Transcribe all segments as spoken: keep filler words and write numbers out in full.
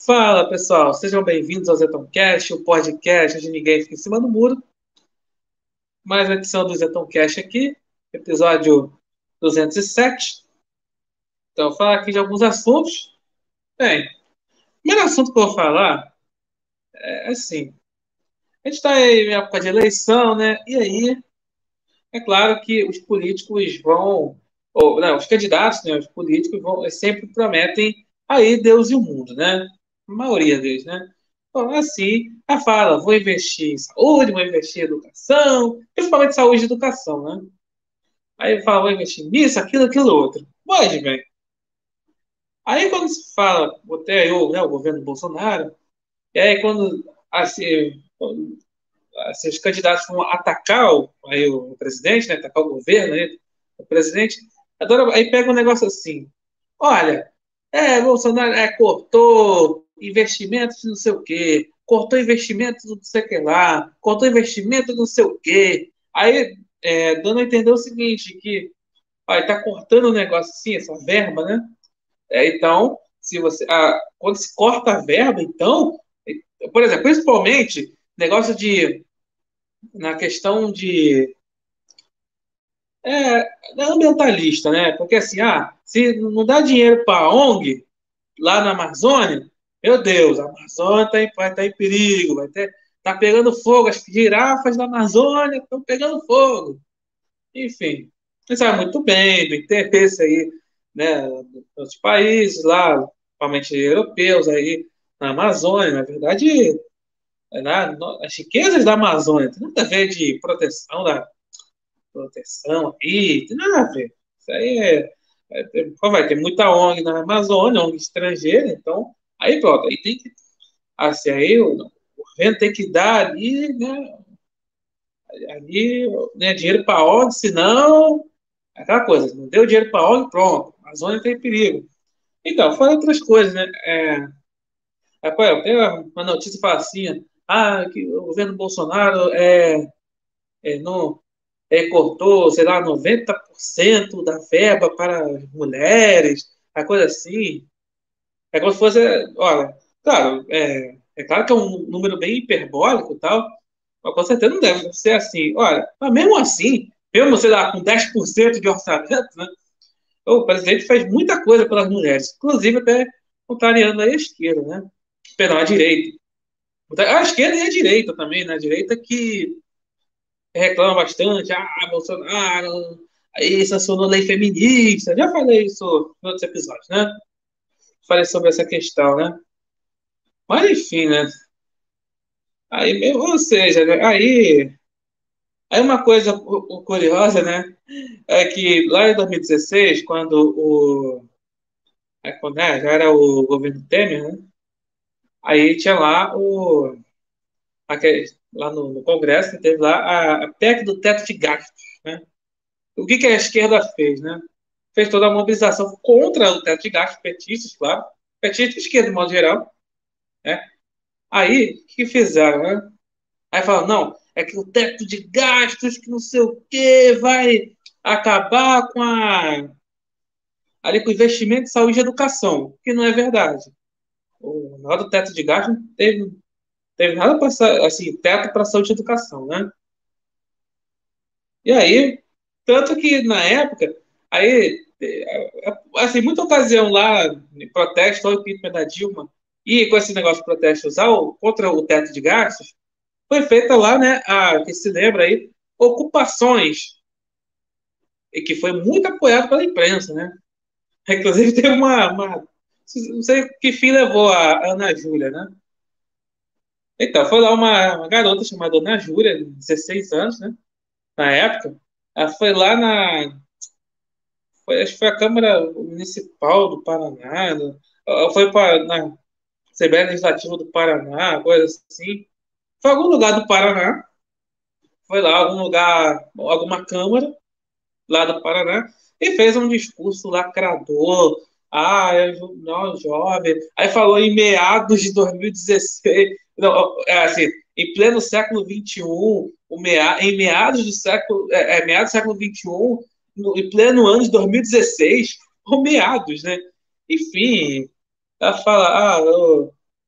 Fala pessoal, sejam bem-vindos ao Zetoncast, o podcast onde ninguém fica em cima do muro. Mais uma edição do Zetoncast aqui, episódio duzentos e sete. Então, vou falar aqui de alguns assuntos. Bem, o primeiro assunto que eu vou falar é assim: a gente está em época de eleição, né? E aí, é claro que os políticos vão, ou não, os candidatos, né? Os políticos vão, sempre prometem aí Deus e o mundo, né? A maioria deles, né? Bom, assim, a fala, vou investir em saúde, vou investir em educação, principalmente saúde e educação, né? Aí fala, vou investir nisso, aquilo, aquilo outro. Pode, bem. Aí quando se fala, até eu, né, o governo Bolsonaro, e aí quando assim, quando, assim, os candidatos vão atacar o, aí, o presidente, né, atacar o governo, aí, o presidente, adora, aí pega um negócio assim, olha, é, Bolsonaro é, cortou investimentos de não sei o quê, cortou investimentos do não sei o que lá, cortou investimento do não sei o quê. Aí, é, dando a entender o seguinte, que ó, tá cortando o negócio assim, essa verba, né? É, então, se você, ah, quando se corta a verba, então, por exemplo, principalmente negócio de, na questão de, é, ambientalista, né? Porque assim, ah, se não dá dinheiro para a ONG, lá na Amazônia, meu Deus, a Amazônia tá em, vai estar em perigo, vai ter, tá pegando fogo, as girafas da Amazônia estão pegando fogo. Enfim, você sabe muito bem do interesse aí, né, dos países lá, principalmente europeus aí, na Amazônia, na verdade, é na, no, as riquezas da Amazônia, tem nada a ver de proteção da proteção aí, tem nada a ver. Isso aí é, é, vai ter muita ONG na Amazônia, ONG estrangeira, então, aí pronto, aí tem que, assim, aí o, o governo tem que dar ali, né, ali, né, dinheiro para ONG, senão, aquela coisa, não deu dinheiro para ONG, pronto, a Amazônia tem perigo. Então, fora outras coisas, né, é, é, pô, tem uma notícia que fala assim, ah, que o governo Bolsonaro é, é, não, é, cortou, sei lá, noventa por cento da verba para as mulheres, a coisa assim. É como se fosse, olha, claro, é, é claro que é um número bem hiperbólico e tal, mas com certeza não deve ser assim. Olha, mas mesmo assim, mesmo, sei lá, com dez por cento de orçamento, né, o presidente fez muita coisa pelas mulheres, inclusive até contrariando a esquerda, né? Perdão, a direita. A esquerda e a direita também, né? A direita que reclama bastante, ah, Bolsonaro, aí sancionou lei feminista. Já falei isso em outros episódios, né? Falei sobre essa questão, né? Mas enfim, né? Aí mesmo, ou seja, né? aí, aí uma coisa curiosa, né? É que lá em dois mil e dezesseis, quando o é, quando, né, já era o governo Temer, né? Aí tinha lá o aquele, lá no, no Congresso, teve lá a, a P E C do teto de gastos, né? O que, que a esquerda fez, né? Fez toda a mobilização contra o teto de gastos, petistas, claro, petistas e esquerda, de modo geral, né? Aí, o que fizeram, né? Aí falaram, não, é que o teto de gastos, que não sei o quê, vai acabar com a ali com o investimento em saúde e educação, que não é verdade. O nada do teto de gastos não teve, teve nada para assim, teto para saúde e educação, né? E aí, tanto que na época, aí, é, assim, muita ocasião lá, em protesto, ou impeachment da Dilma, e com esse negócio de protesto usar o, contra o teto de gastos, foi feita lá, né, a, que se lembra aí, ocupações, e que foi muito apoiado pela imprensa, né? Inclusive teve uma, uma não sei que fim levou a Ana Júlia, né? Então, foi lá uma, uma garota chamada Ana Júlia, de dezesseis anos, né? Na época, ela foi lá na, foi, acho que foi a Câmara Municipal do Paraná, né? Foi para na Assembleia Legislativa do Paraná, coisa assim. Foi algum lugar do Paraná, foi lá, algum lugar, alguma Câmara lá do Paraná, e fez um discurso lacrador. Ah, é jo- não, jovem. Aí falou em meados de dois mil e dezesseis, não, é assim, em pleno século vinte e um, o mea, em meados do século, é, é, meados do século vinte e um, no, em pleno ano de dois mil e dezesseis, ou meados, né? Enfim, ela fala, ah, eu,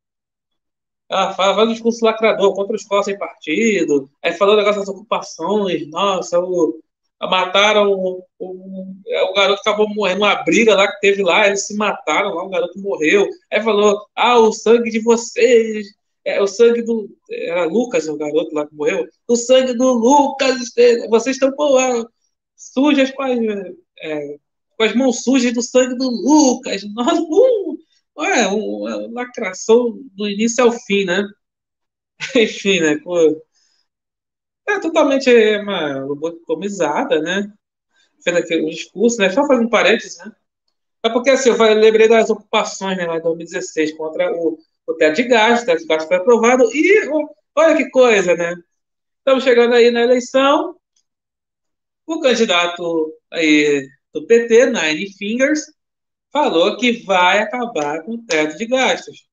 Ela fala, faz um discurso lacrador contra os escola sem partido, aí falou o negócio das ocupações, nossa, o, mataram o, o, é, o garoto acabou morrendo numa briga lá que teve lá, eles se mataram lá, o garoto morreu. Aí falou, ah, o sangue de vocês, é, o sangue do. Era Lucas, o garoto lá que morreu. O sangue do Lucas, é, vocês estão pô, é, sujas com as, é, com as mãos sujas do sangue do Lucas. Nossa, uh, é, uma lacração do início ao fim, né? Enfim, né? Pô, é totalmente é, uma lobotomizada, né? Fez aquele um discurso, né? Só fazendo um parênteses, né? É porque assim, eu falei- lembrei das ocupações, né, lá em dois mil e dezesseis, contra o, o teto de gastos, o teto de gastos foi aprovado, e ó, olha que coisa, né? Estamos chegando aí na eleição, o candidato aí do P T, Nine Fingers, falou que vai acabar com o teto de gastos.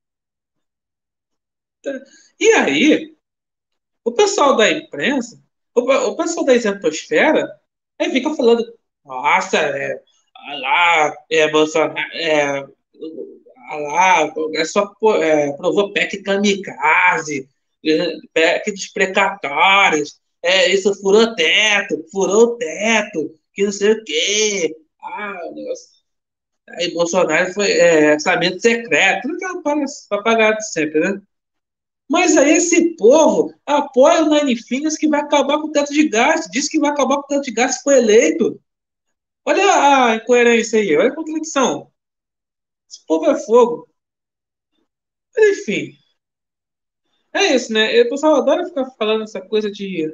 E aí, o pessoal da imprensa, o, o pessoal da isentosfera, aí fica falando, nossa, é, ah lá, é, Bolsonaro, é, ah lá, é só, é, provou P E C kamikaze, é, P E C dos precatórios, é, isso furou teto, furou teto, que não sei o quê. Ah, negócio. Aí Bolsonaro foi é, orçamento secreto, tudo aquela papagada de sempre, né? Mas aí esse povo apoia o Nine Fingers que vai acabar com o teto de gastos, diz que vai acabar com o teto de gastos se for eleito. Olha a incoerência aí, olha a contradição. Esse povo é fogo. Mas, enfim, é isso, né? O pessoal adora ficar falando essa coisa de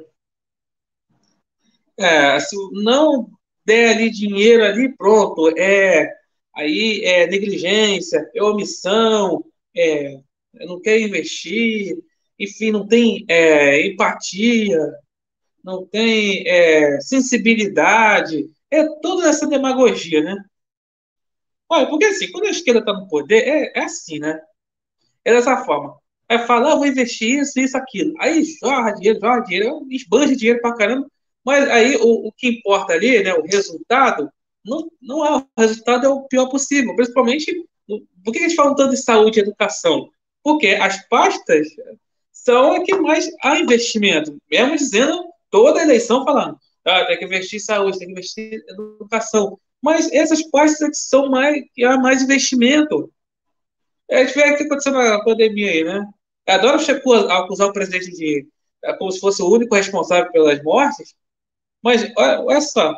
é, se não der ali dinheiro ali, pronto, é aí é negligência, é omissão, é, não quer investir, enfim, não tem é, empatia, não tem é, sensibilidade, é toda essa demagogia, né? Olha, porque assim, quando a esquerda está no poder, é, é assim, né? É dessa forma. É falar, ah, vou investir isso, isso, aquilo. Aí jorra dinheiro, jorra dinheiro, esbanja dinheiro pra caramba. Mas aí o, o que importa ali, né, o resultado, não, não é o resultado, é o pior possível. Principalmente, por que a gente fala tanto de saúde e educação? Porque as pastas são a que mais há investimento. Mesmo dizendo, toda eleição falando, ah, tem que investir em saúde, tem que investir em educação. Mas essas pastas é que são mais, que há mais investimento. É, a gente vê o que aconteceu na pandemia aí, né? Eu adoro acusar o presidente de é, como se fosse o único responsável pelas mortes, mas olha, olha só, o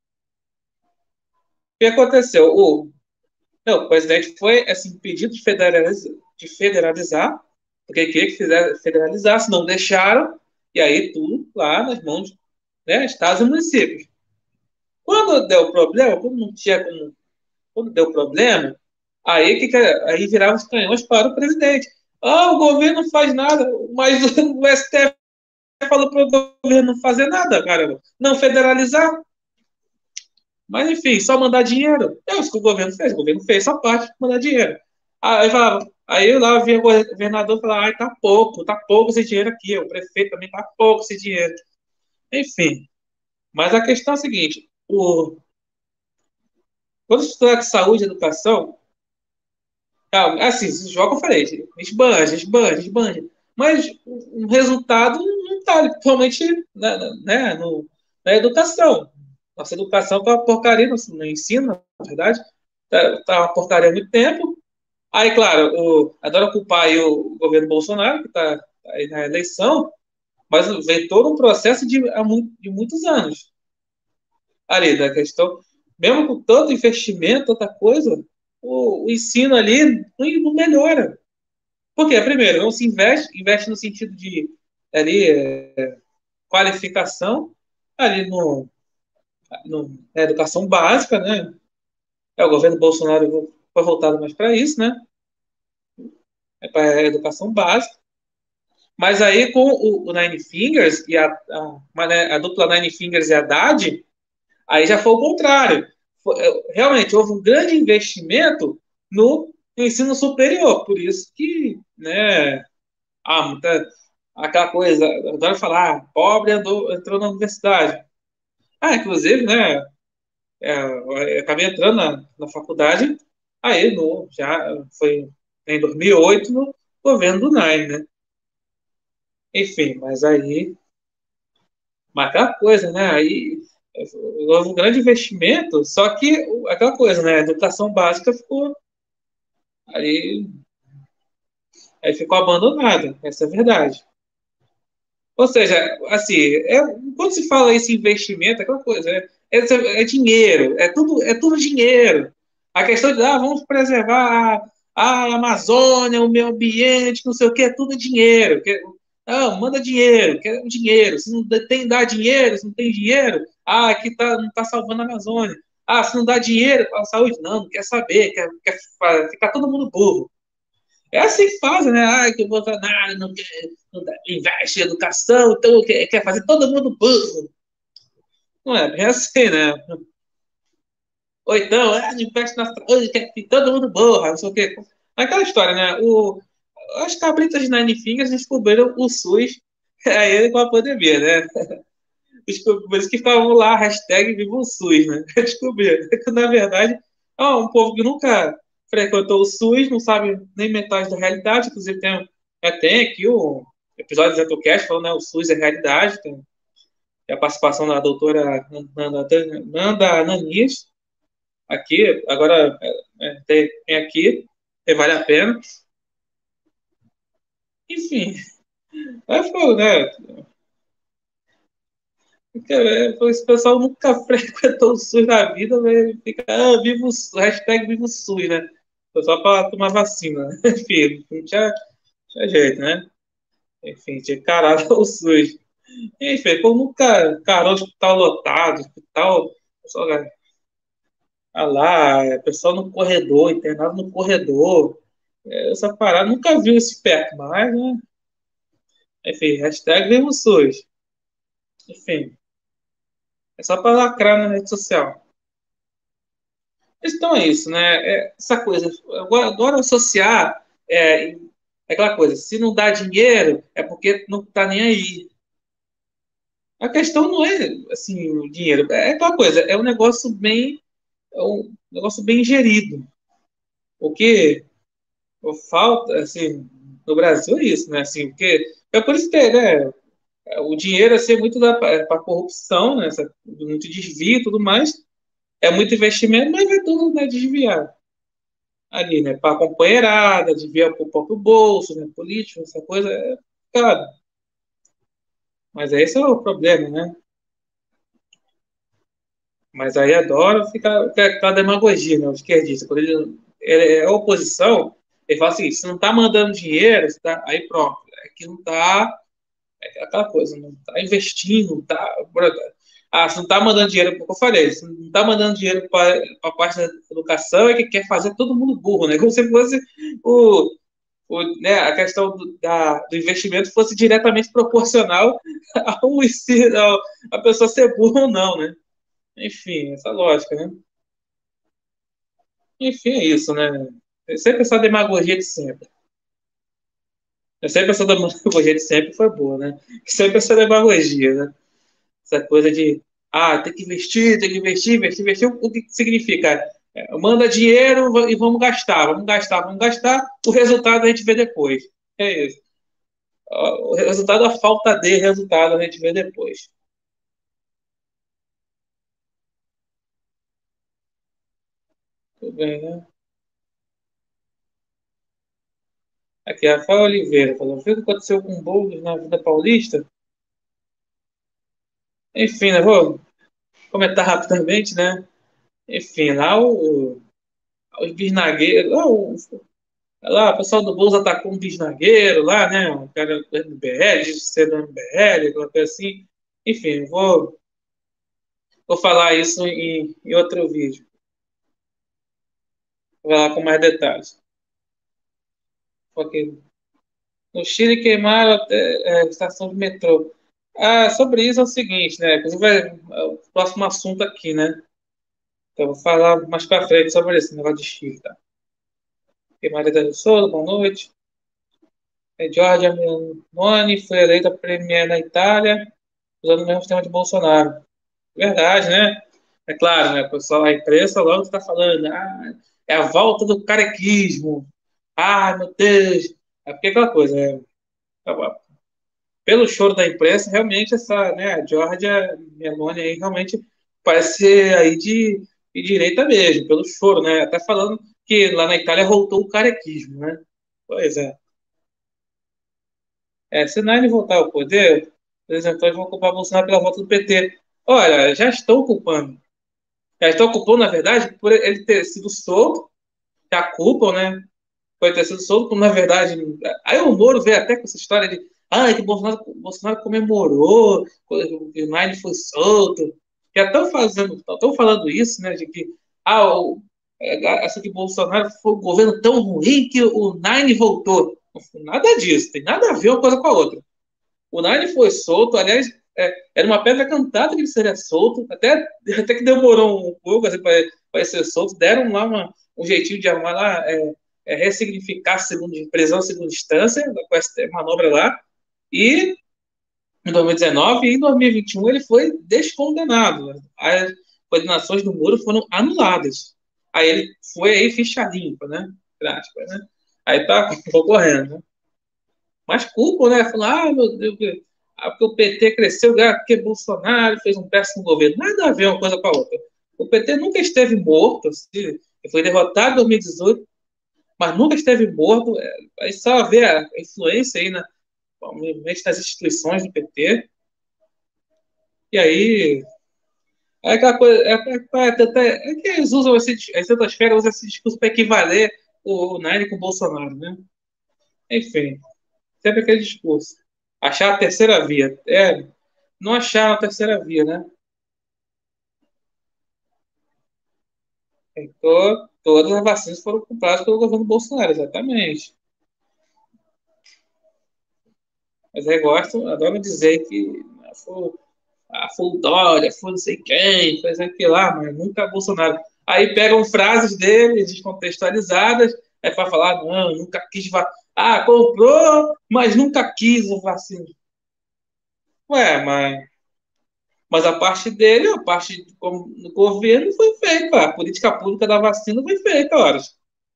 que aconteceu? O, não, o presidente foi assim, impedido de federalizar, de federalizar, porque queria que fizesse, federalizasse, não deixaram, e aí tudo lá nas mãos, né, estados e municípios. Quando deu problema, quando não tinha como, quando deu problema, aí, que, que- aí virava os canhões para o presidente. Ah, o governo não faz nada, mas o S T F falou para o governo não fazer nada, caramba. Não federalizar. Mas, enfim, só mandar dinheiro. É isso que o governo fez. O governo fez só parte, mandar dinheiro. Aí, falava, aí eu lá vinha o governador e falava, ai, tá pouco, tá pouco esse dinheiro aqui. O prefeito também tá pouco esse dinheiro. Enfim. Mas a questão é a seguinte: o, quando se trata de saúde e educação, é assim, esses jogos eu falei, esbanja, esbanja, esbanja. Mas o resultado não está principalmente na, na, né, no, na educação. Nossa educação está uma porcaria no, no ensino, na verdade. Está tá uma porcaria há muito tempo. Aí, claro, o, adoro culpar aí o governo Bolsonaro, que está aí na eleição, mas vem todo um processo de, há muito, de muitos anos ali da questão, mesmo com tanto investimento, tanta coisa, o, o ensino ali não, não melhora. Por quê? Primeiro, não se investe, investe no sentido de ali, é, qualificação, ali no, no, na educação básica, né? É, o governo Bolsonaro foi voltado mais para isso, né? É para a educação básica. Mas aí com o, o Nine Fingers e a, a, a dupla Nine Fingers e a Haddad, aí já foi o contrário. Foi, é, realmente houve um grande investimento no ensino superior, por isso que, né, ah, muita, aquela coisa, eu adoro falar, ah, pobre andou, entrou na universidade. Ah, inclusive, né, é, eu acabei entrando na, na faculdade, aí no, já foi em dois mil e oito, no, governo do Nine, né? Enfim, mas aí, mas aquela coisa, né? Aí houve um grande investimento, só que aquela coisa, né? A educação básica ficou aí, aí ficou abandonada, essa é a verdade. Ou seja, assim, é, quando se fala esse investimento, é aquela coisa, é, é, é dinheiro, é tudo, é tudo dinheiro. A questão de, ah, vamos preservar a, a Amazônia, o meio ambiente, não sei o que, é tudo dinheiro. Que, não, manda dinheiro, quer dinheiro. Se não tem dar dinheiro, se não tem dinheiro, ah, aqui tá, não está salvando a Amazônia. Ah, se não dá dinheiro para a saúde, não, não quer saber, quer, quer ficar todo mundo burro. É assim que fazem, né? Ah, que o Bolsonaro não, quer, não investe em educação, então quer, quer fazer todo mundo burro. Não é bem assim, né? Ou então, ah, não investe na saúde, quer que todo mundo burro, não sei o quê. Aquela história, né? O, as cabritas de Nine Fingers descobriram o SUS aí com a pandemia, né? Por isso que ficavam lá, hashtag Viva o SUS, né? Descobriram. Na verdade, é um povo que nunca frequentou o SUS, não sabe nem metade da realidade. Inclusive, tem, é, tem aqui o episódio do ZetoCast falando, né? O SUS é realidade. Tem a participação da doutora Nanda, Nanda Nanias aqui. Agora, é, é, tem, tem aqui, que vale a pena. Enfim, é fogo, né? Esse pessoal nunca frequentou o SUS na vida, mas fica, ah, viva o SUS, hashtag viva o SUS, né? Foi só para tomar vacina. Enfim, não tinha, tinha jeito, né? Enfim, tinha carado o SUS. Enfim, como nunca carou hospital lotado, hospital, pessoal ah lá, é, pessoal no corredor, internado no corredor. É, essa parada, nunca viu isso perto, mas, né? Enfim, hashtag viva o SUS. Enfim, é só para lacrar na rede social. Então é isso, né? É essa coisa. Agora, agora associar é, é aquela coisa. Se não dá dinheiro, é porque não está nem aí. A questão não é assim o dinheiro. É aquela coisa. É um negócio bem, é um negócio bem gerido. O que falta, assim, no Brasil é isso, né? Assim, porque é por isso que, né? O dinheiro é ser muito para corrupção, né? Essa, muito desvio e tudo mais. É muito investimento, mas é tudo, né, desviado ali, né? Para a companheirada, desvia para o próprio bolso, né? Político, essa coisa é complicado. Mas esse é o problema, né? Mas aí adora ficar aquela demagogia, né? O esquerdista. Quando ele, ele é oposição, ele fala assim: se não está mandando dinheiro, tá... aí pronto. É que não está. É aquela coisa, não está investindo, não está. Ah, se não está mandando dinheiro, como eu falei, se não está mandando dinheiro para a parte da educação, é que quer fazer todo mundo burro, né? Como se fosse o, o, né, a questão do, da, do investimento fosse diretamente proporcional ao ensino, ao, a pessoa ser burra ou não, né? Enfim, essa lógica, né? Enfim, é isso, né? É sempre essa demagogia de sempre. É sempre essa demagogia de sempre foi boa, né? Sempre essa demagogia, né? Essa coisa de, ah, tem que investir, tem que investir, investir, investir. O que significa? É, manda dinheiro e vamos gastar, vamos gastar, vamos gastar. O resultado a gente vê depois. É isso. O resultado, a falta de resultado a gente vê depois. Tudo bem, né? Aqui, a Rafael Oliveira falou: viu o que aconteceu com o Boulos na Vida Paulista? Enfim, né? Vou comentar rapidamente, né? Enfim, lá o, os bisnagueiros, lá o, lá, o pessoal do Boulos atacou um bisnagueiro lá, né? Um cara do M B L, disse ser do M B L, aquela coisa assim. Enfim, vou, vou falar isso em, em outro vídeo. Vou falar com mais detalhes. Ok. No Chile queimaram é, a estação de metrô. Ah, sobre isso é o seguinte, né? Inclusive, é o próximo assunto aqui, né? Então, eu vou falar mais pra frente sobre esse negócio de Chile, tá? Ok, Maria da Souza, boa noite. É, Giorgia Meloni foi eleita premier na Itália usando o mesmo sistema de Bolsonaro. Verdade, né? É claro, né? O pessoal, a imprensa logo está falando, ah, é a volta do carequismo. Ah, meu Deus, É porque aquela coisa, né? Pelo choro da imprensa, realmente essa, né, a Giorgia Meloni aí realmente parece ser aí de, de direita mesmo, pelo choro, né? Até falando que lá na Itália voltou o carequismo, né? Pois é. É, se não ele voltar ao poder, eles então vão culpar Bolsonaro pela volta do P T. Olha, já estão culpando. Já estão culpando, na verdade, por ele ter sido solto, já culpam, né? Foi ter sido solto, quando na verdade. Aí o Moro veio até com essa história de. Ah, que Bolsonaro, Bolsonaro comemorou, que o Nine foi solto. Já estão fazendo, estão falando isso, né? De que ah, o, é, essa que Bolsonaro foi um governo tão ruim que o Nine voltou. Nada disso, tem nada a ver uma coisa com a outra. O Nine foi solto, aliás, é, era uma pedra cantada que ele seria solto, até, até que demorou um pouco assim, para ser solto, deram lá uma, um jeitinho de arrumar lá, é, é, ressignificar segundo, prisão em segunda instância, com essa manobra lá, e em dois mil e dezenove e em dois mil e vinte e um ele foi descondenado. As condenações do Moro foram anuladas. Aí ele foi aí ficha limpa, né? Aspas, né? Aí tá concorrendo, né? Mas culpa, né? Falar, ah, meu Deus, ah, porque o P T cresceu, ah, porque Bolsonaro fez um péssimo governo. Nada a ver uma coisa com a outra. O P T nunca esteve morto, assim, foi derrotado em dois mil e dezoito, mas nunca esteve morto. É, aí só ver a influência aí na, nas instituições do P T. E aí. É aquela coisa. É, é, é, é que eles usam esse, as tantas feras usam esse discurso para equivaler o, o Nine com o Bolsonaro, né? Enfim, sempre aquele discurso. Achar a terceira via. É, não acharam a terceira via, né? Então, todas as vacinas foram compradas pelo governo Bolsonaro, exatamente. Mas aí gostam, adoram dizer que ah, foi, ah, foi o Dória, foi não sei quem, foi aquilo lá, mas nunca Bolsonaro. Aí pegam frases dele descontextualizadas, é para falar, não, nunca quis vacina. Ah, comprou, mas nunca quis a vacina. Ué, mas Mas a parte dele, a parte do governo foi feita. A política pública da vacina foi feita, horas.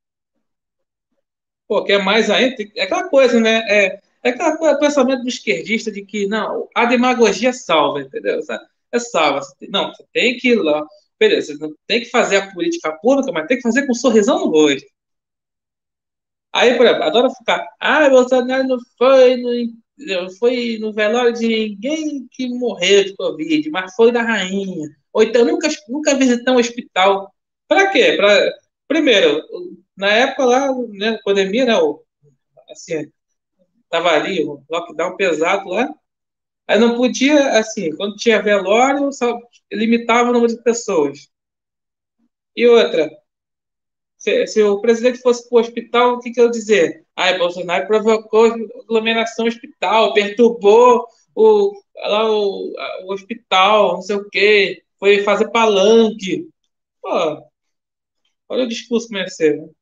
Pô, quer mais ainda? É aquela coisa, né? É, é aquela coisa, pensamento do esquerdista de que, não, a demagogia salva, entendeu? É salva. Não, você tem que ir lá. Beleza, você não tem que fazer a política pública, mas tem que fazer com um sorrisão no rosto. Aí, por exemplo, adora ficar, ah, Bolsonaro não foi no, foi no velório de ninguém que morreu de Covid, mas foi da rainha. Ou então nunca, nunca visitou um hospital. Para quê? Pra, primeiro, na época lá, né, pandemia, né, o, assim, tava ali, o lockdown pesado lá, aí não podia, assim, quando tinha velório, só limitava o número de pessoas. E outra, Se, se o presidente fosse para o hospital, o que, que eu dizer? Ah, Bolsonaro provocou aglomeração no hospital, perturbou o, lá, o, o hospital, não sei o quê, foi fazer palanque. Pô, olha o discurso como é ser, né?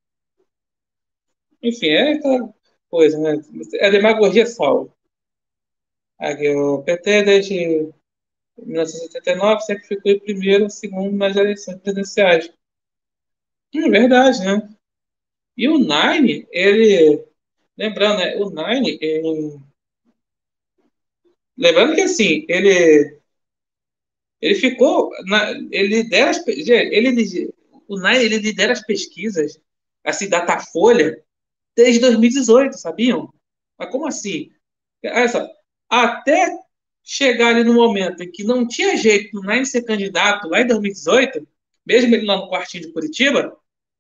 Enfim, é aquela coisa, né? É demagogia salva. Aqui, o P T, desde mil novecentos e oitenta e nove, sempre ficou em primeiro, segundo nas eleições presidenciais. Hum, verdade, né? E o Nine, ele. Lembrando, né? O Nine, ele, lembrando que assim, ele, ele ficou. Na, ele lidera as, ele, o Nine ele lidera as pesquisas, assim, Datafolha, desde dois mil e dezoito, sabiam? Mas como assim? Olha só, até chegar ali no momento em que não tinha jeito do Nine ser candidato lá em dois mil e dezoito, mesmo ele lá no quartinho de Curitiba,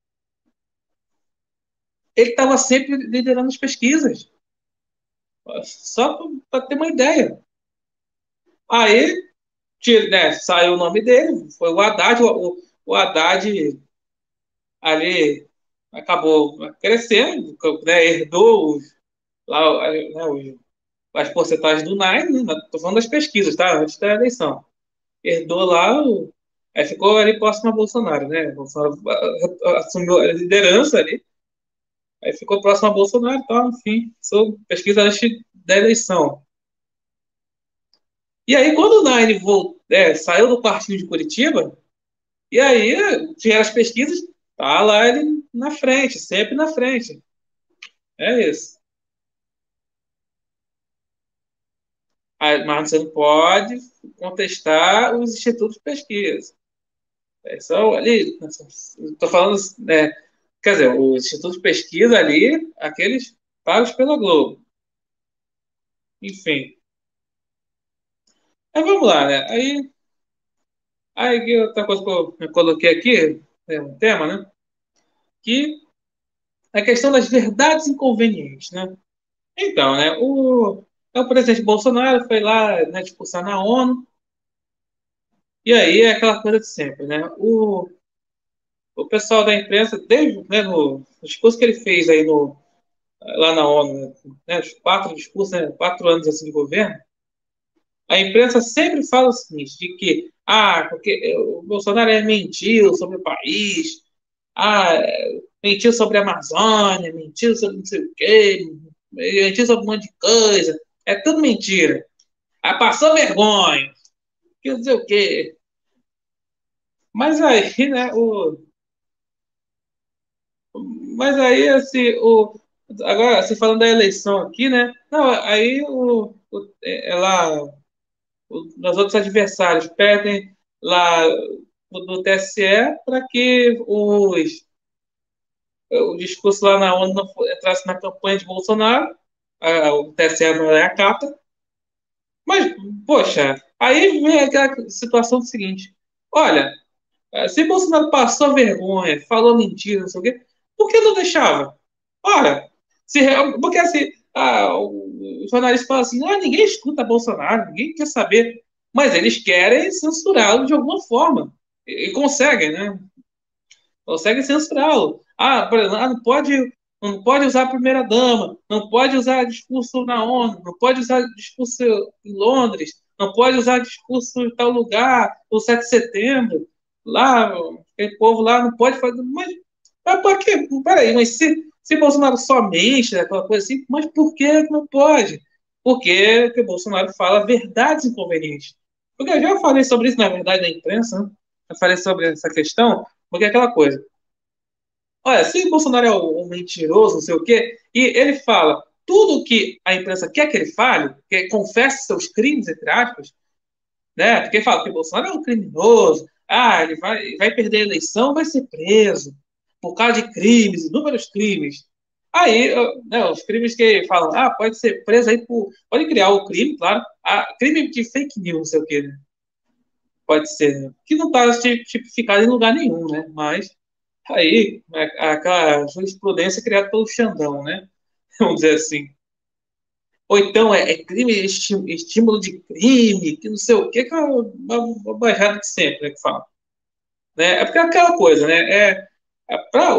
ele estava sempre liderando as pesquisas. Só para ter uma ideia. Aí né, saiu o nome dele, foi o Haddad, o, o Haddad ali acabou crescendo, né, herdou os, lá, né, os, as porcentagens do Nine, né, tô falando das pesquisas, tá? Antes da eleição. Herdou lá, o, aí ficou ali próximo a Bolsonaro, né? Bolsonaro assumiu a liderança ali, aí ficou próximo a Bolsonaro e tal, enfim, são pesquisa antes da eleição. E aí, quando o Nine voltou, é, saiu do partido de Curitiba, e aí, tinha as pesquisas, tá lá ele na frente, sempre na frente. É isso. mas você não pode contestar os institutos de pesquisa. É só ali, estou falando, né, quer dizer, os institutos de pesquisa ali, aqueles pagos pela Globo. Enfim. Aí vamos lá, né? Aí, aí outra coisa que eu, eu coloquei aqui, é um tema, né? Que é a questão das verdades inconvenientes, né? Então, né? O, o presidente Bolsonaro foi lá, né, discursar na ONU, e aí é aquela coisa de sempre, né? O, o pessoal da imprensa, desde, né, no, no discurso que ele fez aí no, lá na ONU, né, os quatro discursos, né, quatro anos assim, de governo, a imprensa sempre fala o seguinte, de que ah, porque o Bolsonaro é mentiu sobre o país, ah, mentiu sobre a Amazônia, mentiu sobre não sei o quê, mentiu sobre um monte de coisa, é tudo mentira. Ah, passou vergonha, que não sei o quê. Mas aí, né, o, mas aí, assim, o, agora, se falando da eleição aqui, né, não, aí o, o, ela os outros adversários pedem lá do T S E para que os, o discurso lá na ONU não entrasse na campanha de Bolsonaro, a, o T S E não é a capa, mas, poxa, aí vem aquela situação seguinte: olha, se Bolsonaro passou vergonha, falou mentira, não sei o quê, por que não deixava? Olha, se, porque assim, ah, o jornalista fala assim: ah, ninguém escuta Bolsonaro, ninguém quer saber, mas eles querem censurá-lo de alguma forma. E, e conseguem, né? Conseguem censurá-lo. Ah, por exemplo, ah, não pode, não pode usar a primeira-dama, não pode usar discurso na ONU, não pode usar discurso em Londres, não pode usar discurso em tal lugar, o sete de setembro, lá, aquele povo lá não pode fazer. Mas, mas por quê? Peraí, mas se, se Bolsonaro somente, aquela coisa assim, mas por que não pode? Porque, porque Bolsonaro fala verdades inconvenientes. Porque eu já falei sobre isso, na verdade, na imprensa, né? Eu falei sobre essa questão, porque é aquela coisa. Olha, se o Bolsonaro é um mentiroso, não sei o quê, e ele fala tudo que a imprensa quer que ele fale, que confesse seus crimes, entre aspas, né? Porque ele fala que o Bolsonaro é um criminoso, ah, ele vai, vai perder a eleição, vai ser preso por causa de crimes, inúmeros crimes. Aí, né, os crimes que falam, ah, pode ser preso aí por. Pode criar o crime, claro. Ah, crime de fake news, não sei o quê, né? Pode ser, né? Que não está tipificado em lugar nenhum, né? Mas aí, aquela jurisprudência criada pelo Xandão, né? Vamos dizer assim. Ou então é, é crime, estímulo de crime, que não sei o quê, que é uma, uma baixada de sempre, né, que fala. Né? É porque é aquela coisa, né? É, é para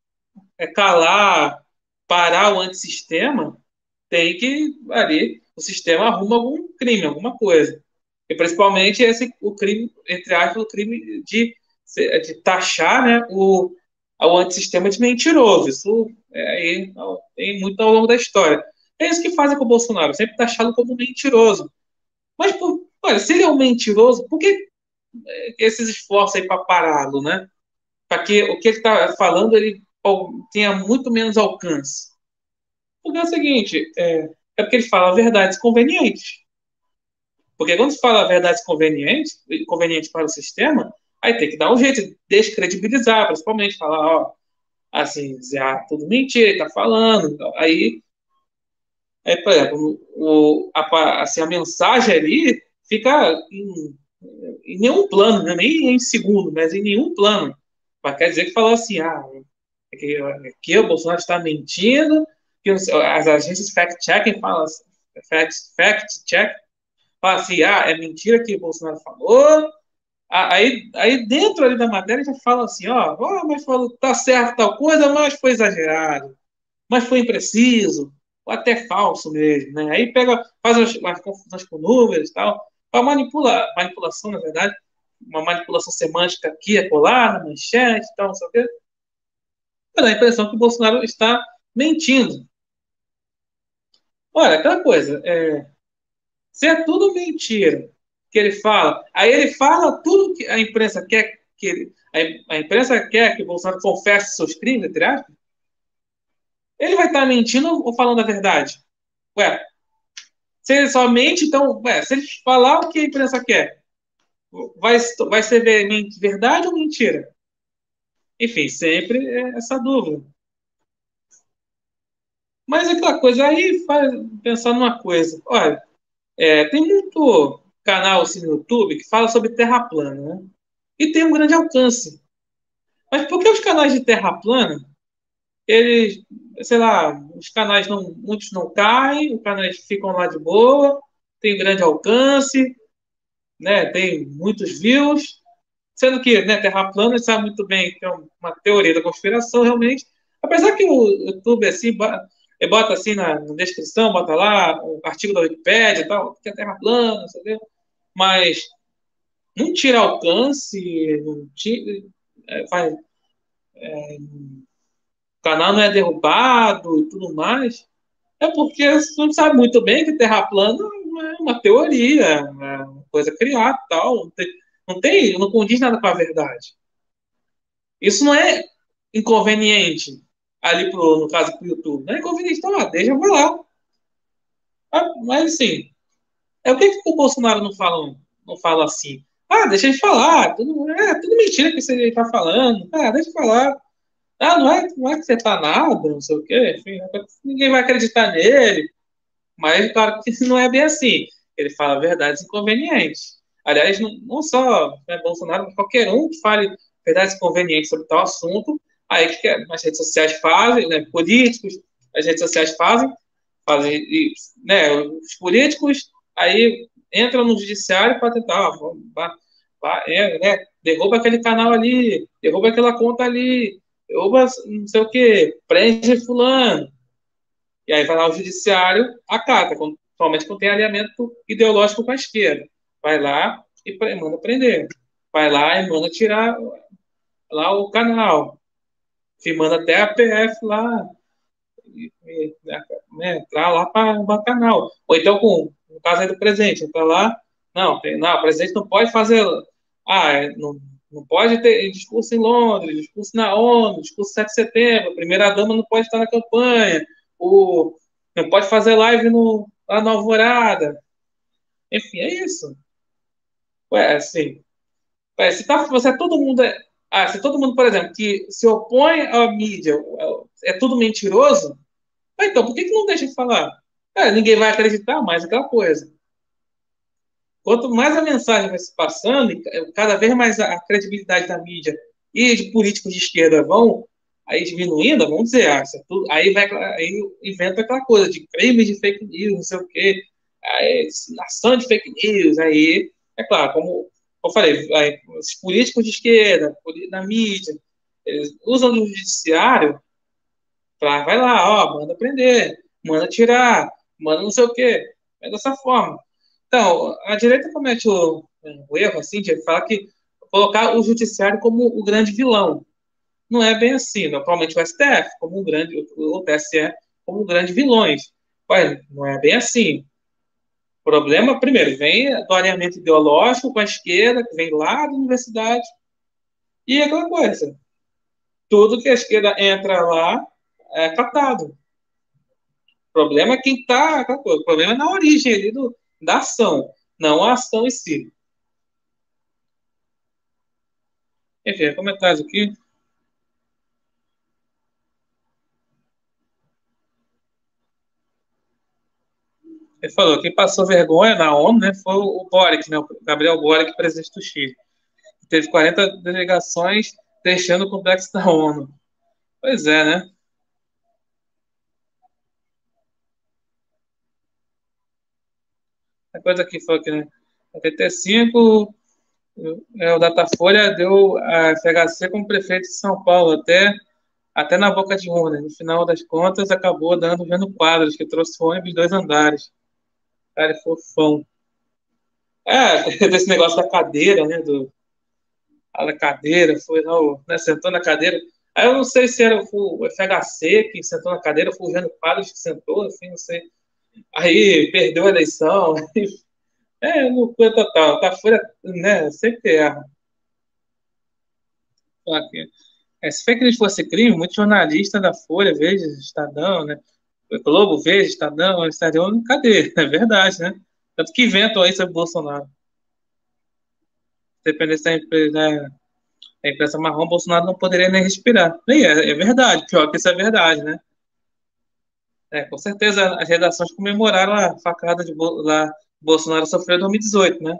é calar, parar o antissistema, tem que ali o sistema arruma algum crime, alguma coisa. E principalmente esse o crime, entre aspas, o crime de, de taxar, né, o, o antissistema de mentiroso. Isso é, aí, tem muito ao longo da história. É isso que fazem com o Bolsonaro, sempre taxá-lo como mentiroso. Mas, por, olha, se ele é um mentiroso, por que esses esforços aí para pará-lo, né? Para que o que ele está falando ele tenha muito menos alcance. Porque é o seguinte, é, é porque ele fala verdades convenientes. Porque quando se fala verdades convenientes, convenientes para o sistema, aí tem que dar um jeito de descredibilizar, principalmente falar, ó, assim, dizer, ah, tudo mentira, ele tá falando. Então, aí, aí, por exemplo, o, a, assim, a mensagem ali fica em, em nenhum plano, né? Nem em segundo, mas em nenhum plano. Mas quer dizer que falou assim, ah, que, que o Bolsonaro está mentindo, que as agências fact-checking falam, fact-check, fala assim, ah, é mentira que o Bolsonaro falou. Aí, aí dentro ali da matéria já fala assim, ó, oh, mas falou, tá certo tal coisa, mas foi exagerado, mas foi impreciso, ou até falso mesmo, né? Aí pega, faz as, as confusões com números e tal, para manipular, manipulação, na verdade, uma manipulação semântica aqui, acolá, na manchete e tal, não sei o quê. Mas dá a impressão que o Bolsonaro está mentindo. Olha, aquela coisa, é, se é tudo mentira que ele fala, aí ele fala tudo que a imprensa quer que ele, a, a imprensa quer que o Bolsonaro confesse seus crimes, entre aspas, ele vai estar mentindo ou falando a verdade? Ué, Se ele só mente, então, ué, se ele falar o que a imprensa quer, vai, vai ser verdade ou mentira? Enfim, sempre é essa dúvida. Mas é aquela coisa, aí faz pensar numa coisa. Olha, é, tem muito canal assim, no YouTube que fala sobre terra plana, né? E tem um grande alcance. Mas por que os canais de terra plana, eles, sei lá, os canais não, muitos não caem, os canais ficam lá de boa, tem grande alcance, né? Tem muitos views, sendo que, né, terra plana, a gente sabe muito bem que é uma teoria da conspiração, realmente. Apesar que o YouTube, assim, bota assim na, na descrição, bota lá o artigo da Wikipédia e tal, que é terra plana, sabe? Mas não tira alcance, não tira, é, faz, o canal não é derrubado e tudo mais, é porque a gente sabe muito bem que terra plana é uma teoria, é uma coisa criada tal, não tem, não tem, não condiz nada com a verdade. Isso não é inconveniente ali pro, no caso pro YouTube, não é inconveniente, então, ah, deixa eu lá. Ah, mas assim, é o que, que o Bolsonaro não fala, não fala assim? Ah, deixa ele falar, tudo, é tudo mentira que você está falando, ah, deixa eu falar. Ah, não é, não é que você tá nada, não sei o quê, enfim, ninguém vai acreditar nele. Mas, claro que não é bem assim. Ele fala verdades inconvenientes. Aliás, não, não só, né, Bolsonaro, mas qualquer um que fale verdades inconvenientes sobre tal assunto, aí que as redes sociais fazem, né, políticos, as redes sociais fazem, fazem, e, né, os políticos aí entram no judiciário para tentar, ó, vá, vá, é, né, derruba aquele canal ali, derruba aquela conta ali, derruba não sei o quê, prende fulano. E aí vai lá o judiciário, acata, somente quando tem alinhamento ideológico com a esquerda. Vai lá e manda prender. Vai lá e manda tirar lá o canal. E manda até a P F lá, e, e, né, entrar lá para o canal. Ou então, com, no caso aí do presidente, entra lá, não, tem, não, o presidente não pode fazer. Ah, é, não, não pode ter discurso em Londres, discurso na ONU, discurso sete de setembro, a primeira-dama não pode estar na campanha, o, não pode fazer live no, lá na Alvorada. Enfim, é isso. Ué, assim, ué, se tá, você é todo mundo. É, ah, se todo mundo, por exemplo, que se opõe à mídia é, é tudo mentiroso, ah, então por que, que não deixa de falar? É, ninguém vai acreditar mais aquela coisa. Quanto mais a mensagem vai se passando, e cada vez mais a credibilidade da mídia e de políticos de esquerda vão aí diminuindo, vamos dizer, ah, é tudo, aí vai aí inventa aquela coisa de crimes de fake news, não sei o quê, aí, nação de fake news, aí, é claro, como eu falei, aí, os políticos de esquerda, na mídia, eles usam o judiciário para, vai lá, ó, manda prender, manda tirar, manda não sei o quê, é dessa forma. Então, a direita comete o, o erro, assim, de falar que colocar o judiciário como o grande vilão. Não é bem assim. Normalmente o S T F como um grande, o T S E como um grande vilões. Olha, não é bem assim. O problema, primeiro, vem do alinhamento ideológico com a esquerda, que vem lá da universidade. E aquela coisa. Tudo que a esquerda entra lá é catado. O problema é quem está. O problema é na origem ali do, da ação, não a ação em si. Enfim, comentários aqui. Ele falou que passou vergonha na ONU, né, foi o Boric, né, o Gabriel Boric, presidente do Chile. Teve quarenta delegações deixando o complexo da ONU. Pois é, né? A coisa que foi aqui, né? oitenta e cinco, é, o Datafolha deu a F H C como prefeito de São Paulo, até, até na boca de urna. No final das contas, acabou dando o Jânio Quadros, que trouxe o ônibus dois andares. Cara, ele foi fofão. É, desse negócio da cadeira, né? Do, a cadeira, foi, não, né, sentou na cadeira. Aí eu não sei se era o F H C que sentou na cadeira, foi o Jânio Quadros que sentou, assim, não sei. Aí perdeu a eleição. É, loucura total. Tá fora, né? Sempre erra. Aqui. É, se fake news fosse crime, muitos jornalistas da Folha, Veja, Estadão, né? Globo, Veja, Estadão, Estadão, cadê? É verdade, né? Tanto que inventam aí sobre Bolsonaro. Dependendo da empresa, né? A imprensa marrom, Bolsonaro não poderia nem respirar. E é, é verdade, pior que isso é verdade, né? É, com certeza as redações comemoraram a facada de Bo- lá Bolsonaro sofreu em dois mil e dezoito, né?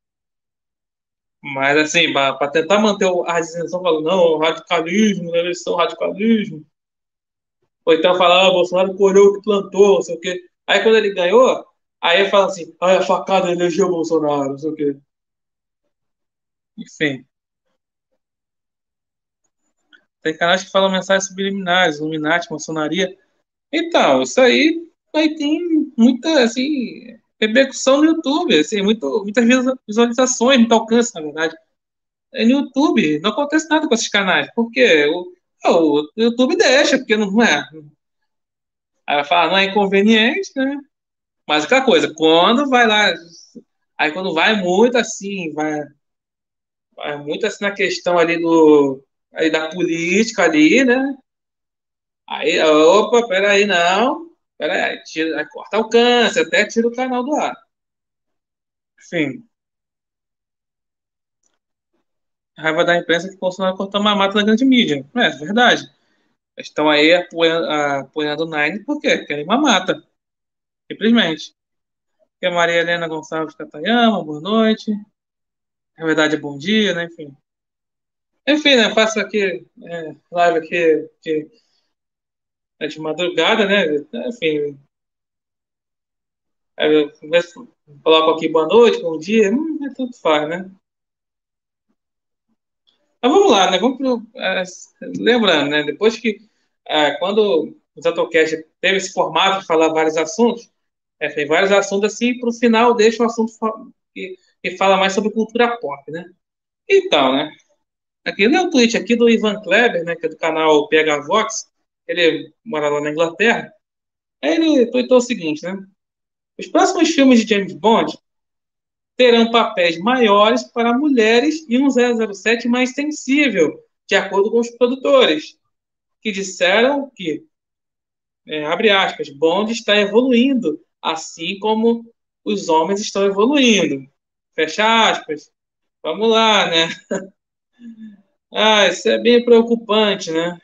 Mas assim, para tentar manter o- a isenção, falando, não, radicalismo, né, eleição, radicalismo. Ou então falar, ah, Bolsonaro colheu o que plantou, não sei o quê. Aí quando ele ganhou, aí fala assim, ah, a facada elegeu o Bolsonaro, não sei o quê. Enfim, tem canais que falam mensagens subliminares, Illuminati, maçonaria. Então, isso aí, aí tem muita, assim, repercussão no YouTube, assim, muito, muitas visualizações, muito alcance, na verdade. É no YouTube, não acontece nada com esses canais, porque o, o YouTube deixa, porque não é. Aí vai falar, não é inconveniente, né? Mas aquela coisa, quando vai lá, aí quando vai muito assim, vai, vai muito assim na questão ali do, aí da política ali, né? Aí, opa, peraí, não. Peraí, tira, aí corta alcance, até tira o canal do ar. Enfim, raiva da imprensa que Bolsonaro cortou uma mata na grande mídia. É, é verdade. Eles estão aí apoiando, apoiando o Nine porque querem uma mata, simplesmente. Que a Maria Helena Gonçalves Catayama, boa noite. Na verdade, bom dia, né? Enfim. Enfim, né? Faço aqui, é, live aqui, que é de madrugada, né? Enfim, aí eu começo, coloco aqui boa noite, bom dia, hum, é tudo faz, né? Mas vamos lá, né? Vamos pro, é, lembrando, né? Depois que, é, quando o Zatocast teve esse formato de falar vários assuntos, é, tem vários assuntos assim, para o final deixa o assunto fa- que, que fala mais sobre cultura pop, né? Então, né? Aqui lê um tweet aqui do Ivan Kleber, né? Que é do canal P H Vox, ele mora lá na Inglaterra. Aí ele tweetou o seguinte, né? Os próximos filmes de James Bond terão papéis maiores para mulheres e um zero zero sete mais sensível, de acordo com os produtores, que disseram que, é, abre aspas, Bond está evoluindo, assim como os homens estão evoluindo. Fecha aspas. Vamos lá, né? Ah, isso é bem preocupante, né?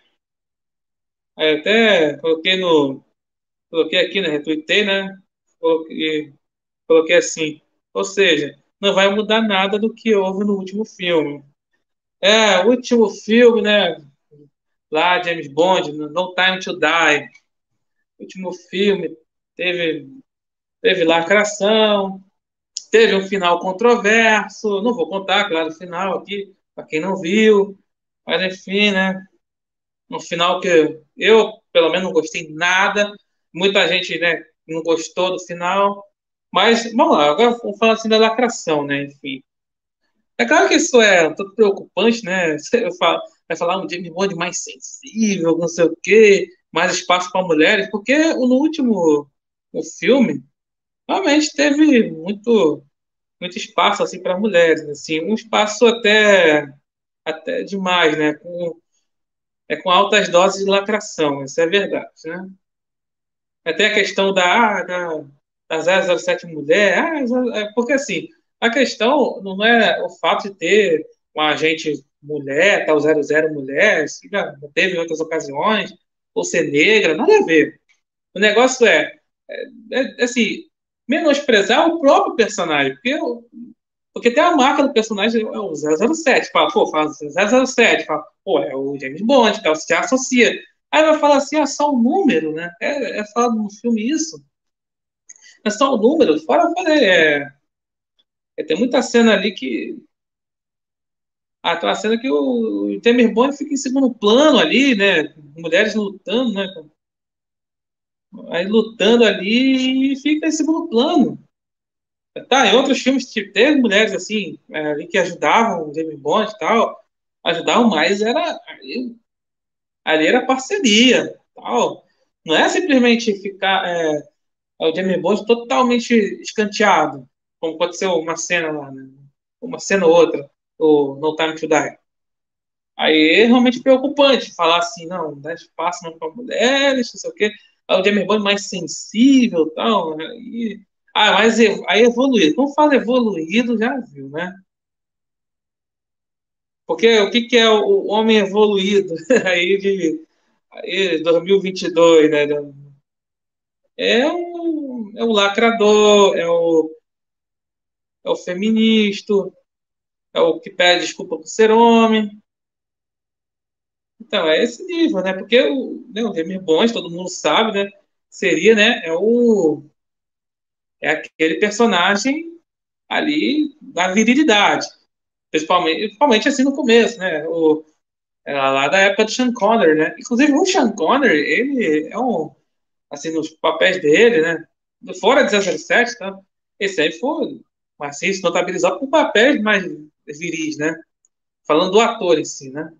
Aí eu até coloquei no. Coloquei aqui, né? Retuitei, né? Coloquei, coloquei assim. Ou seja, não vai mudar nada do que houve no último filme. É, o último filme, né? Lá, James Bond, No Time to Die. O último filme teve, teve lacração, teve um final controverso. Não vou contar, claro, o final aqui, para quem não viu. Mas enfim, né? Um final que eu, pelo menos, não gostei nada. Muita gente, né, não gostou do final. Mas, vamos lá, agora vamos falar assim da lacração, né? Enfim. É claro que isso é um tanto preocupante, né? Você fala- vai falar um James Bond mais sensível, não sei o quê, mais espaço para mulheres, porque no último o filme realmente teve muito, muito espaço assim para mulheres, assim, um espaço até até demais, né? Com, é com altas doses de lacração, isso é verdade, né? Até a questão da, ah, da, da zero zero sete mulher, ah, é porque assim, a questão não é o fato de ter um agente mulher, tal zero zero mulher, isso já teve em outras ocasiões, ou ser negra, nada a ver. O negócio é, é, é assim, menosprezar o próprio personagem, porque, porque tem a marca do personagem, é o zero zero sete, fala, pô, fala zero zero sete, fala, pô, é o James Bond, tal, você associa. Aí vai falar assim, é só um número, né? É, é falado no filme isso. É só um número. Fora, fora é, é, tem muita cena ali que. Ah, tem uma cena que o James Bond fica em segundo plano ali, né? Mulheres lutando, né? Aí lutando ali e fica em segundo plano. Tá, em outros filmes tipo, teve mulheres assim, é, ali que ajudavam o James Bond e tal. Ajudavam mais, era. Ali, ali era parceria, tal. Não é simplesmente ficar. É, o James Bond totalmente escanteado, como aconteceu uma cena lá, né? Uma cena ou outra, o No Time to Die. Aí é realmente preocupante falar assim, não, dá espaço não para mulheres, não sei o quê. Aí o James Bond mais sensível e tal. Né? E, ah, mas ev- aí evoluído. Quando fala evoluído, já viu, né? Porque o que, que é o, o homem evoluído aí de aí, dois mil e vinte e dois, né? É o, é o lacrador, é o, é o feminista, é o que pede desculpa por ser homem. Então, é esse nível, né? Porque o, né, o James Bond, todo mundo sabe, né? Seria, né? É o é aquele personagem ali da virilidade, principalmente, principalmente assim no começo, né? O, é lá da época do Sean Connery, né? Inclusive o Sean Connery, ele é um, assim, nos papéis dele, né? Fora de zero zero sete, tá? Esse aí foi, assim, se notabilizado por papéis mais viris, né? Falando do ator em si, né?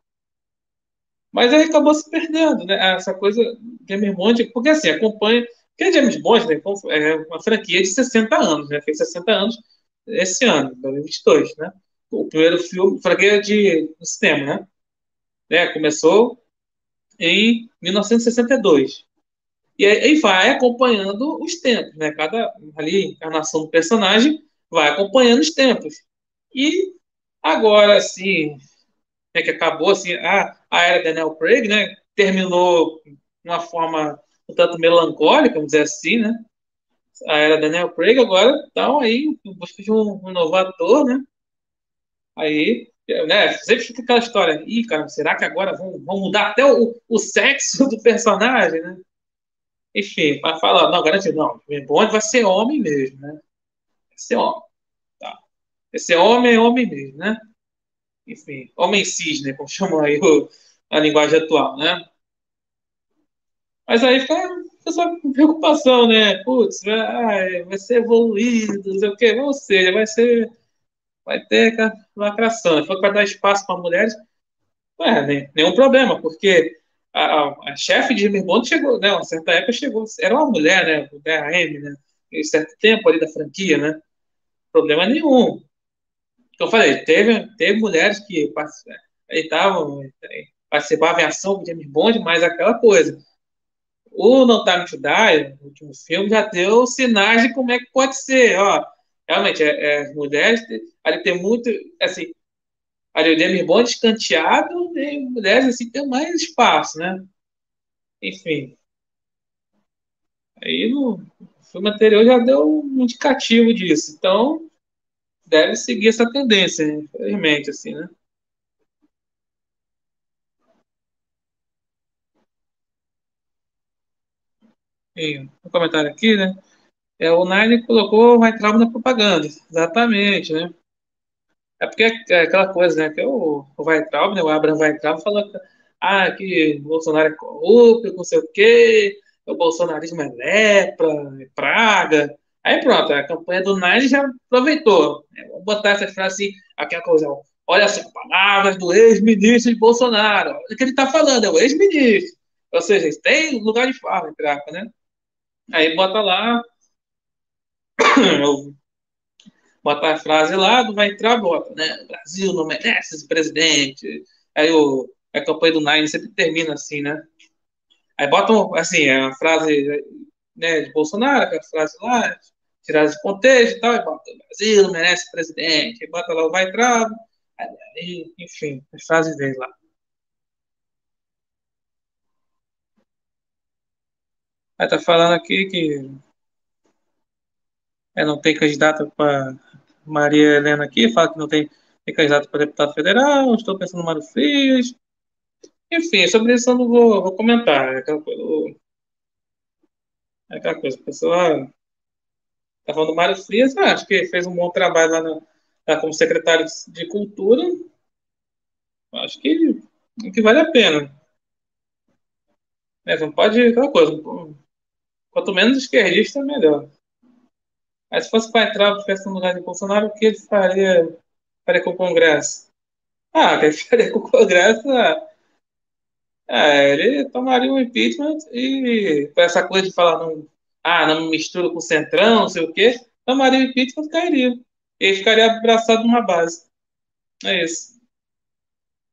Mas aí acabou se perdendo, né? Essa coisa James Bond, porque assim, acompanha. Porque James Bond, né? É uma franquia de sessenta anos, né? Fez sessenta anos esse ano, dois mil e vinte e dois, né? O primeiro filme, franquia de de cinema, né? né? Começou em mil novecentos e sessenta e dois. E aí vai acompanhando os tempos, né? Cada ali, encarnação do personagem vai acompanhando os tempos. E agora, assim, né, que acabou assim, a, a era Daniel Craig, né, terminou de uma forma um tanto melancólica, vamos dizer assim, né? A era Daniel Craig agora estão aí em busca de um, um novo ator, né? Aí, né, sempre fica aquela história, ih, cara, será que agora vão, vão mudar até o, o sexo do personagem, né? Enfim, para falar, não, garantido, não, o Bond vai ser homem mesmo, né? Vai ser homem, tá? Vai ser homem, é homem mesmo, né? Enfim, homem cis, né? Como chamam aí o, a linguagem atual, né? Mas aí fica essa preocupação, né? Putz, vai, vai ser evoluído, não sei o quê. Ou seja, vai ser, vai ter aquela lacração. Se for para dar espaço para mulheres, não é nem, nenhum problema, porque a, a, a chefe de James Bond chegou, né? Uma certa época chegou, era uma mulher, né? Mulher A M, né? Em certo tempo ali da franquia, né? Problema nenhum. Então, eu falei, teve, teve mulheres que estavam, participavam em ação com James Bond, mas aquela coisa. O No Time to Die, o último filme, já deu sinais de como é que pode ser. Ó, realmente, é, é, as mulheres, ali tem muito, assim, ali o James Bond escanteado, e mulheres, assim, tem mais espaço, né? Enfim, aí no filme anterior já deu um indicativo disso. Então, deve seguir essa tendência, né? Infelizmente, assim, né? E um comentário aqui, né? É, o Nine colocou o Weintraub na propaganda. Exatamente, né? É porque é aquela coisa, né? Que o, o Weintraub, né? O Abraham Weintraub falou que, ah, que o Bolsonaro é corrupto, não sei o quê, o bolsonarismo é lepra, é praga. Aí pronto, a campanha do Nine já aproveitou. Né? Vamos botar essa frase assim, aquela coisa, ó, olha só, palavras do ex-ministro de Bolsonaro. Olha o que ele está falando, é o ex-ministro. Ou seja, tem lugar de fala, entre aspas, né? Aí bota lá, bota a frase lá, não vai entrar, bota, né? O Brasil não merece esse presidente. Aí o, a campanha do Nine sempre termina assim, né? Aí botam, assim, é uma frase né, de Bolsonaro, aquela frase lá, tirada de contexto e tal, e bota, o Brasil não merece presidente. Aí bota lá o vai entrar, aí, enfim, as frases dele lá. Aí tá falando aqui que é, não tem candidato para Maria Helena aqui, fala que não tem, tem candidato para deputado federal, estou pensando no Mário Frias. Enfim, sobre isso eu não vou, vou comentar. É aquela coisa, é aquela coisa. A pessoa tá falando do Mário Frias, ah, acho que fez um bom trabalho lá, na, lá como secretário de Cultura. Acho que, que vale a pena. Né? Não pode aquela coisa. Quanto menos esquerdista, melhor. Aí se fosse para entrar tivesse no lugar de Bolsonaro, o que ele faria, faria com o Congresso? Ah, o que ele faria com o Congresso? Ah, é, ele tomaria um impeachment e com essa coisa de falar não, ah, não me misturo com o Centrão, não sei o quê, tomaria o impeachment e cairia. Ele ficaria abraçado numa base. É isso.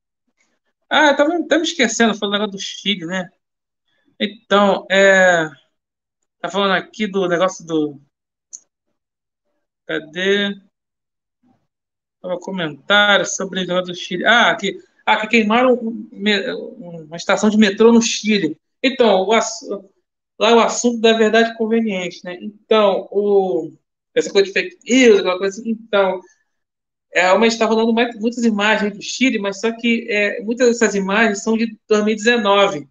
Ah, eu tava, tava me esquecendo, falando negócio do Chile, né? Então, é. Tá falando aqui do negócio do. Cadê? Tava comentário sobre o negócio do Chile. Ah, que, ah, que queimaram um- me- uma estação de metrô no Chile. Então, o, ass- lá é o assunto da verdade conveniente, né? Então, o, essa coisa de fake news, aquela coisa assim. Então, é, mas está rolando mais- muitas imagens do Chile, mas só que é, muitas dessas imagens são de dois mil e dezenove.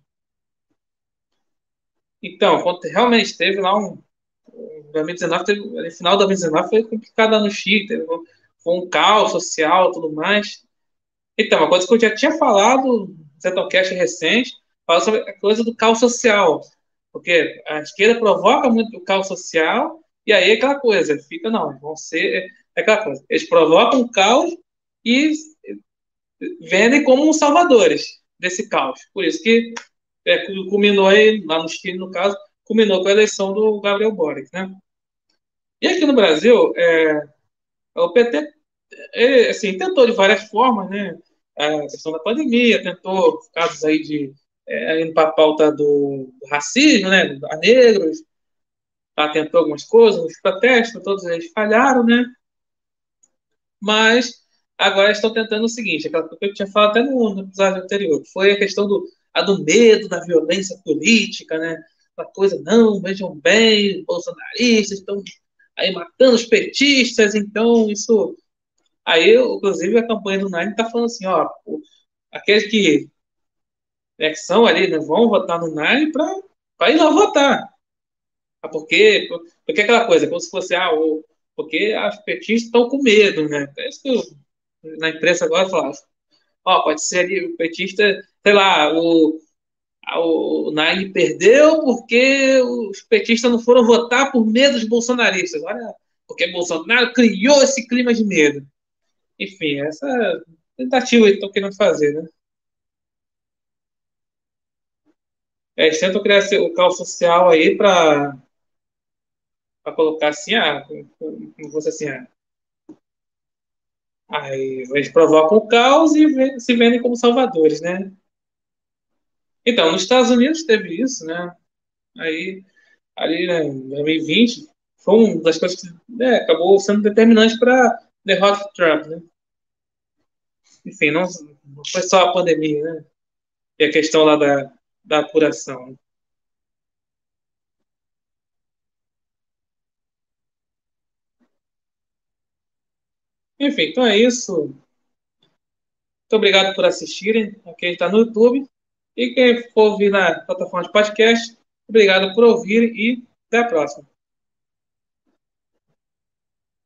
Então, quando realmente teve lá um. dois mil e dezenove, teve, no final de dois mil e dezenove foi complicado lá no Chile, teve, foi um caos social e tudo mais. Então, uma coisa que eu já tinha falado no Zetocast recente, fala sobre a coisa do caos social. Porque a esquerda provoca muito o caos social, e aí é aquela coisa, fica, não, vão ser. É aquela coisa. Eles provocam o caos e vendem como os salvadores desse caos. Por isso que é, culminou aí, lá no Chile, no caso, culminou com a eleição do Gabriel Boric, né? E aqui no Brasil, é, o P T, ele, assim, tentou de várias formas, né? A questão da pandemia, tentou casos aí de é, indo para a pauta do, do racismo, né? A negros, tá, tentou algumas coisas, os protestos, todos eles falharam, né? Mas agora estão tentando o seguinte, aquela coisa que eu tinha falado até no, no episódio anterior, que foi a questão do, a do medo da violência política, né? Uma coisa, não, vejam bem, os bolsonaristas estão aí matando os petistas, então isso. Aí, inclusive, a campanha do Nine está falando assim, ó, aqueles que, né, que são ali, né, vão votar no Nine para ir lá votar. Ah, porque, porque aquela coisa, como se fosse, ah, o, porque os petistas estão com medo, né? É isso que eu, na imprensa agora falava. Ó, pode ser ali o petista, sei lá, o, o Nine perdeu porque os petistas não foram votar por medo dos bolsonaristas. Olha, porque Bolsonaro criou esse clima de medo. Enfim, essa tentativa que estão querendo fazer, né? É, eles tentam criar esse- o caos social aí para colocar assim, ah, como como fosse assim, ah, aí eles provocam o caos e ve- se vendem como salvadores, né? Então, nos Estados Unidos teve isso, né? Aí, ali, né, em dois mil e vinte, foi uma das coisas que né, acabou sendo determinante para a derrota do Trump, né? Enfim, não, não foi só a pandemia, né? E a questão lá da, da apuração, né? Enfim, então é isso. Muito obrigado por assistirem. Aqui está no YouTube. E quem for ouvir na plataforma de podcast, obrigado por ouvir e até a próxima.